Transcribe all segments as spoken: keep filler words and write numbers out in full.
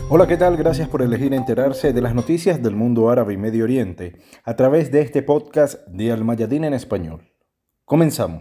Hola, ¿qué tal? Gracias por elegir enterarse de las noticias del mundo árabe y Medio Oriente a través de este podcast de Al Mayadin en español. Comenzamos.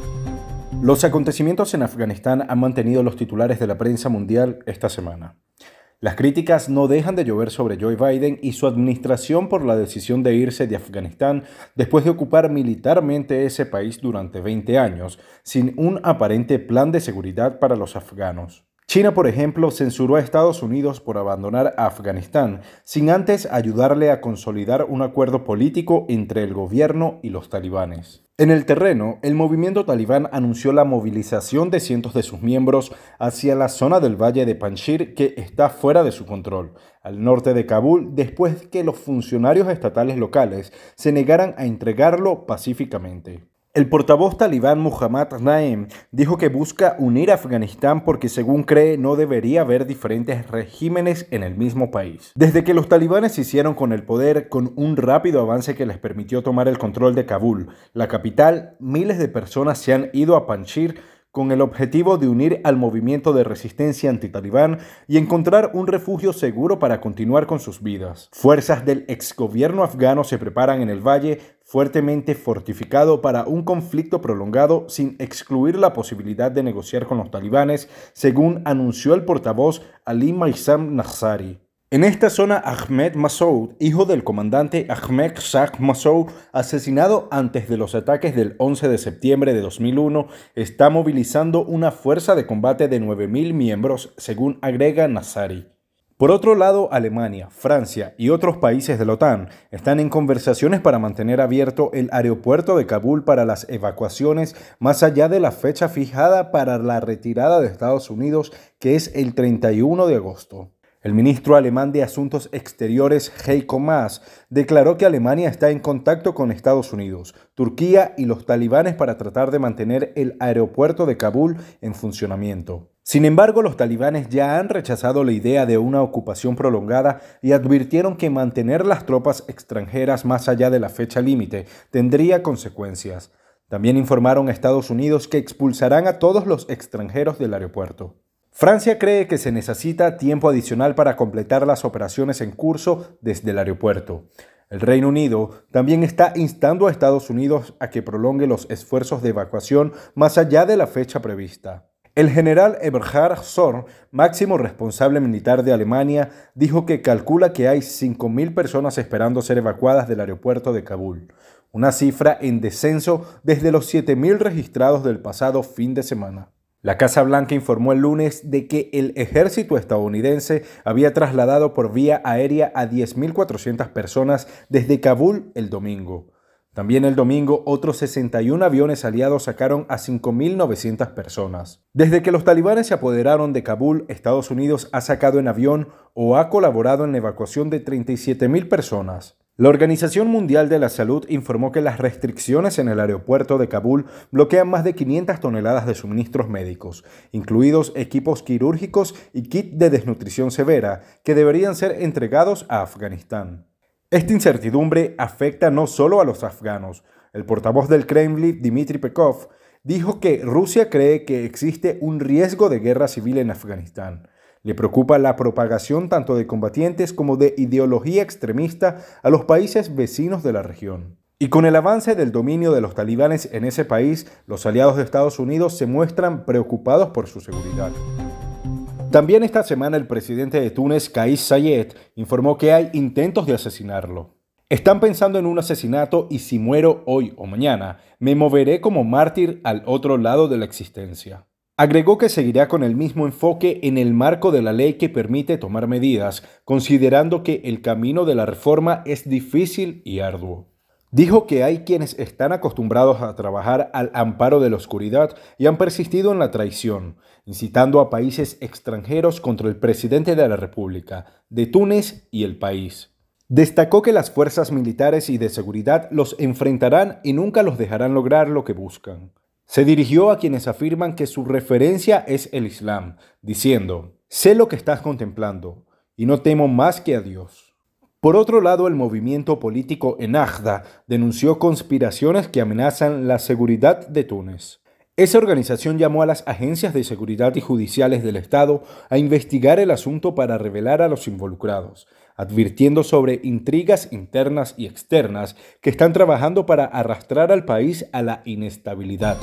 Los acontecimientos en Afganistán han mantenido los titulares de la prensa mundial esta semana. Las críticas no dejan de llover sobre Joe Biden y su administración por la decisión de irse de Afganistán después de ocupar militarmente ese país durante veinte años, sin un aparente plan de seguridad para los afganos. China, por ejemplo, censuró a Estados Unidos por abandonar a Afganistán, sin antes ayudarle a consolidar un acuerdo político entre el gobierno y los talibanes. En el terreno, el movimiento talibán anunció la movilización de cientos de sus miembros hacia la zona del Valle de Panjshir que está fuera de su control, al norte de Kabul, después que los funcionarios estatales locales se negaran a entregarlo pacíficamente. El portavoz talibán Muhammad Naeem dijo que busca unir a Afganistán porque, según cree, no debería haber diferentes regímenes en el mismo país. Desde que los talibanes se hicieron con el poder, con un rápido avance que les permitió tomar el control de Kabul, la capital, miles de personas se han ido a Panjshir con el objetivo de unir al movimiento de resistencia antitalibán y encontrar un refugio seguro para continuar con sus vidas. Fuerzas del exgobierno afgano se preparan en el valle, fuertemente fortificado para un conflicto prolongado sin excluir la posibilidad de negociar con los talibanes, según anunció el portavoz Ali Maisam Nazari. En esta zona, Ahmed Massoud, hijo del comandante Ahmed Shah Massoud, asesinado antes de los ataques del once de septiembre de dos mil uno, está movilizando una fuerza de combate de nueve mil miembros, según agrega Nazari. Por otro lado, Alemania, Francia y otros países de la OTAN están en conversaciones para mantener abierto el aeropuerto de Kabul para las evacuaciones más allá de la fecha fijada para la retirada de Estados Unidos, que es el treinta y uno de agosto. El ministro alemán de Asuntos Exteriores, Heiko Maas, declaró que Alemania está en contacto con Estados Unidos, Turquía y los talibanes para tratar de mantener el aeropuerto de Kabul en funcionamiento. Sin embargo, los talibanes ya han rechazado la idea de una ocupación prolongada y advirtieron que mantener las tropas extranjeras más allá de la fecha límite tendría consecuencias. También informaron a Estados Unidos que expulsarán a todos los extranjeros del aeropuerto. Francia cree que se necesita tiempo adicional para completar las operaciones en curso desde el aeropuerto. El Reino Unido también está instando a Estados Unidos a que prolongue los esfuerzos de evacuación más allá de la fecha prevista. El general Eberhard Zorn, máximo responsable militar de Alemania, dijo que calcula que hay cinco mil personas esperando ser evacuadas del aeropuerto de Kabul, una cifra en descenso desde los siete mil registrados del pasado fin de semana. La Casa Blanca informó el lunes de que el ejército estadounidense había trasladado por vía aérea a diez mil cuatrocientas personas desde Kabul el domingo. También el domingo, otros sesenta y un aviones aliados sacaron a cinco mil novecientas personas. Desde que los talibanes se apoderaron de Kabul, Estados Unidos ha sacado en avión o ha colaborado en la evacuación de treinta y siete mil personas. La Organización Mundial de la Salud informó que las restricciones en el aeropuerto de Kabul bloquean más de quinientas toneladas de suministros médicos, incluidos equipos quirúrgicos y kits de desnutrición severa, que deberían ser entregados a Afganistán. Esta incertidumbre afecta no solo a los afganos. El portavoz del Kremlin, Dmitry Peskov, dijo que Rusia cree que existe un riesgo de guerra civil en Afganistán. Le preocupa la propagación tanto de combatientes como de ideología extremista a los países vecinos de la región. Y con el avance del dominio de los talibanes en ese país, los aliados de Estados Unidos se muestran preocupados por su seguridad. También esta semana el presidente de Túnez, Kais Saied, informó que hay intentos de asesinarlo. Están pensando en un asesinato y si muero hoy o mañana, me moveré como mártir al otro lado de la existencia. Agregó que seguirá con el mismo enfoque en el marco de la ley que permite tomar medidas, considerando que el camino de la reforma es difícil y arduo. Dijo que hay quienes están acostumbrados a trabajar al amparo de la oscuridad y han persistido en la traición, incitando a países extranjeros contra el presidente de la República, de Túnez y el país. Destacó que las fuerzas militares y de seguridad los enfrentarán y nunca los dejarán lograr lo que buscan. Se dirigió a quienes afirman que su referencia es el Islam, diciendo: «Sé lo que estás contemplando, y no temo más que a Dios». Por otro lado, el movimiento político Ennahda denunció conspiraciones que amenazan la seguridad de Túnez. Esa organización llamó a las agencias de seguridad y judiciales del Estado a investigar el asunto para revelar a los involucrados, advirtiendo sobre intrigas internas y externas que están trabajando para arrastrar al país a la inestabilidad.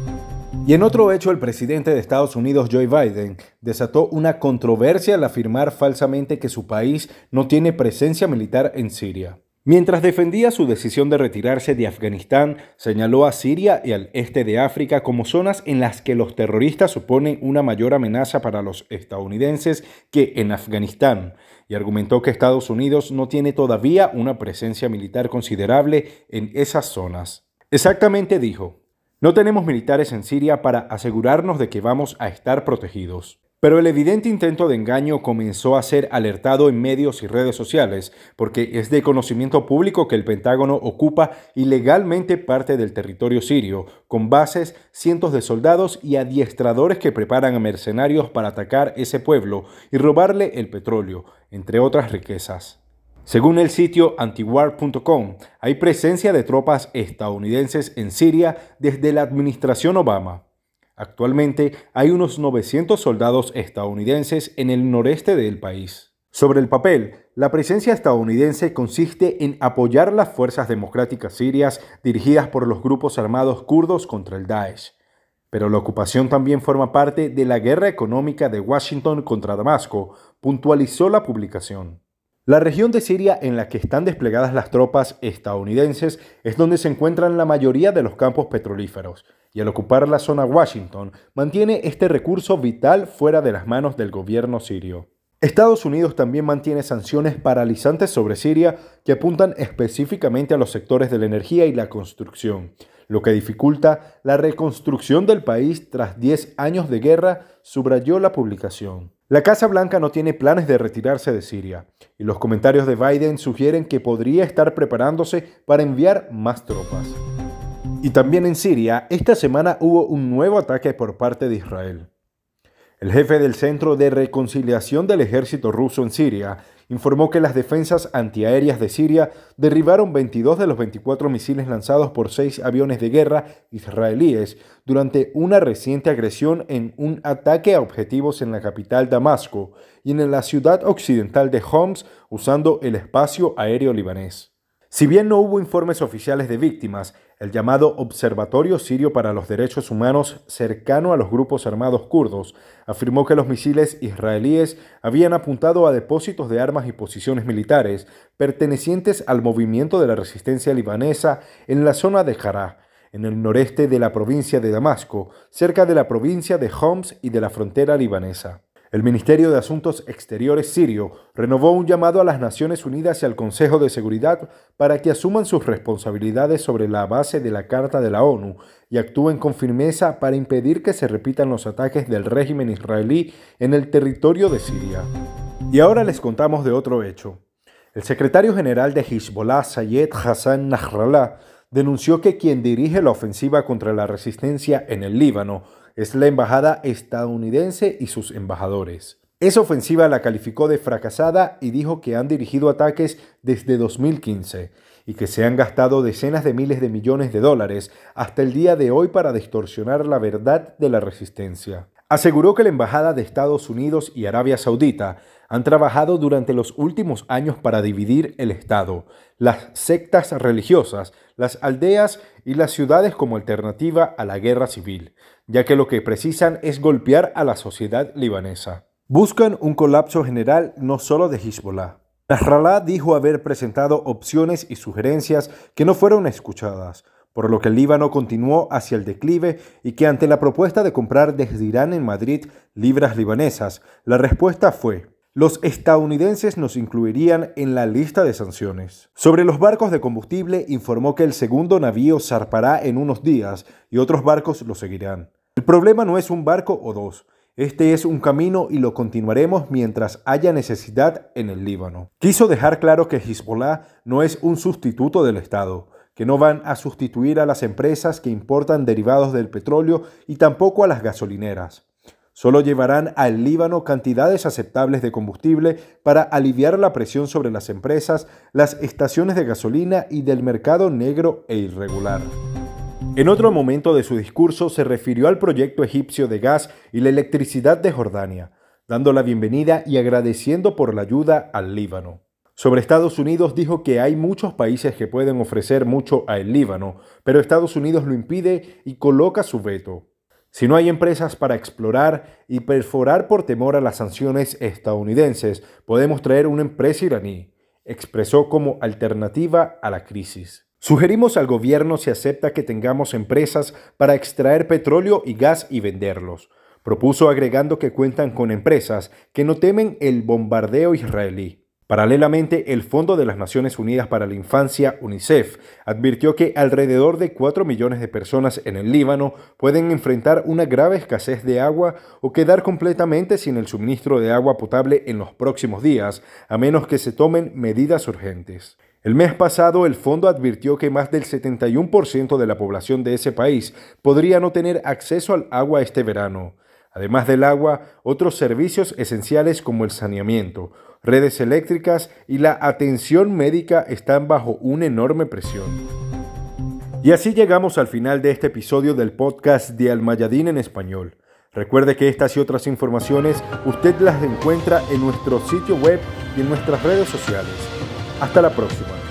Y en otro hecho, el presidente de Estados Unidos, Joe Biden, desató una controversia al afirmar falsamente que su país no tiene presencia militar en Siria. Mientras defendía su decisión de retirarse de Afganistán, señaló a Siria y al este de África como zonas en las que los terroristas suponen una mayor amenaza para los estadounidenses que en Afganistán, y argumentó que Estados Unidos no tiene todavía una presencia militar considerable en esas zonas. Exactamente dijo: "No tenemos militares en Siria para asegurarnos de que vamos a estar protegidos". Pero el evidente intento de engaño comenzó a ser alertado en medios y redes sociales, porque es de conocimiento público que el Pentágono ocupa ilegalmente parte del territorio sirio, con bases, cientos de soldados y adiestradores que preparan a mercenarios para atacar ese pueblo y robarle el petróleo, entre otras riquezas. Según el sitio antiwar punto com, hay presencia de tropas estadounidenses en Siria desde la administración Obama. Actualmente hay unos novecientos soldados estadounidenses en el noreste del país. Sobre el papel, la presencia estadounidense consiste en apoyar las fuerzas democráticas sirias dirigidas por los grupos armados kurdos contra el Daesh. Pero la ocupación también forma parte de la guerra económica de Washington contra Damasco, puntualizó la publicación. La región de Siria en la que están desplegadas las tropas estadounidenses es donde se encuentran la mayoría de los campos petrolíferos, y al ocupar la zona Washington, mantiene este recurso vital fuera de las manos del gobierno sirio. Estados Unidos también mantiene sanciones paralizantes sobre Siria que apuntan específicamente a los sectores de la energía y la construcción, lo que dificulta la reconstrucción del país tras diez años de guerra, subrayó la publicación. La Casa Blanca no tiene planes de retirarse de Siria, y los comentarios de Biden sugieren que podría estar preparándose para enviar más tropas. Y también en Siria, esta semana hubo un nuevo ataque por parte de Israel. El jefe del Centro de Reconciliación del Ejército ruso en Siria informó que las defensas antiaéreas de Siria derribaron veintidós de los veinticuatro misiles lanzados por seis aviones de guerra israelíes durante una reciente agresión en un ataque a objetivos en la capital Damasco y en la ciudad occidental de Homs usando el espacio aéreo libanés. Si bien no hubo informes oficiales de víctimas, el llamado Observatorio Sirio para los Derechos Humanos, cercano a los grupos armados kurdos, afirmó que los misiles israelíes habían apuntado a depósitos de armas y posiciones militares pertenecientes al movimiento de la resistencia libanesa en la zona de Jarrah, en el noreste de la provincia de Damasco, cerca de la provincia de Homs y de la frontera libanesa. El Ministerio de Asuntos Exteriores sirio renovó un llamado a las Naciones Unidas y al Consejo de Seguridad para que asuman sus responsabilidades sobre la base de la Carta de la ONU y actúen con firmeza para impedir que se repitan los ataques del régimen israelí en el territorio de Siria. Y ahora les contamos de otro hecho. El secretario general de Hezbollah, Sayed Hassan Nasrallah, denunció que quien dirige la ofensiva contra la resistencia en el Líbano es la embajada estadounidense y sus embajadores. Esa ofensiva la calificó de fracasada y dijo que han dirigido ataques desde dos mil quince y que se han gastado decenas de miles de millones de dólares hasta el día de hoy para distorsionar la verdad de la resistencia. Aseguró que la embajada de Estados Unidos y Arabia Saudita han trabajado durante los últimos años para dividir el Estado, las sectas religiosas, las aldeas y las ciudades como alternativa a la guerra civil, ya que lo que precisan es golpear a la sociedad libanesa. Buscan un colapso general no solo de Hezbollah. Nasrallah dijo haber presentado opciones y sugerencias que no fueron escuchadas, por lo que el Líbano continuó hacia el declive y que ante la propuesta de comprar desde Irán en Madrid libras libanesas, la respuesta fue: los estadounidenses nos incluirían en la lista de sanciones. Sobre los barcos de combustible, informó que el segundo navío zarpará en unos días y otros barcos lo seguirán. El problema no es un barco o dos. Este es un camino y lo continuaremos mientras haya necesidad en el Líbano. Quiso dejar claro que Hezbollah no es un sustituto del Estado, que no van a sustituir a las empresas que importan derivados del petróleo y tampoco a las gasolineras. Solo llevarán al Líbano cantidades aceptables de combustible para aliviar la presión sobre las empresas, las estaciones de gasolina y del mercado negro e irregular. En otro momento de su discurso se refirió al proyecto egipcio de gas y la electricidad de Jordania, dando la bienvenida y agradeciendo por la ayuda al Líbano. Sobre Estados Unidos dijo que hay muchos países que pueden ofrecer mucho al Líbano, pero Estados Unidos lo impide y coloca su veto. Si no hay empresas para explorar y perforar por temor a las sanciones estadounidenses, podemos traer una empresa iraní, expresó como alternativa a la crisis. Sugerimos al gobierno si acepta que tengamos empresas para extraer petróleo y gas y venderlos, propuso agregando que cuentan con empresas que no temen el bombardeo israelí. Paralelamente, el Fondo de las Naciones Unidas para la Infancia, UNICEF, advirtió que alrededor de cuatro millones de personas en el Líbano pueden enfrentar una grave escasez de agua o quedar completamente sin el suministro de agua potable en los próximos días, a menos que se tomen medidas urgentes. El mes pasado, el fondo advirtió que más del setenta y uno por ciento de la población de ese país podría no tener acceso al agua este verano. Además del agua, otros servicios esenciales como el saneamiento, redes eléctricas y la atención médica están bajo una enorme presión. Y así llegamos al final de este episodio del podcast de Al Mayadeen en español. Recuerde que estas y otras informaciones usted las encuentra en nuestro sitio web y en nuestras redes sociales. Hasta la próxima.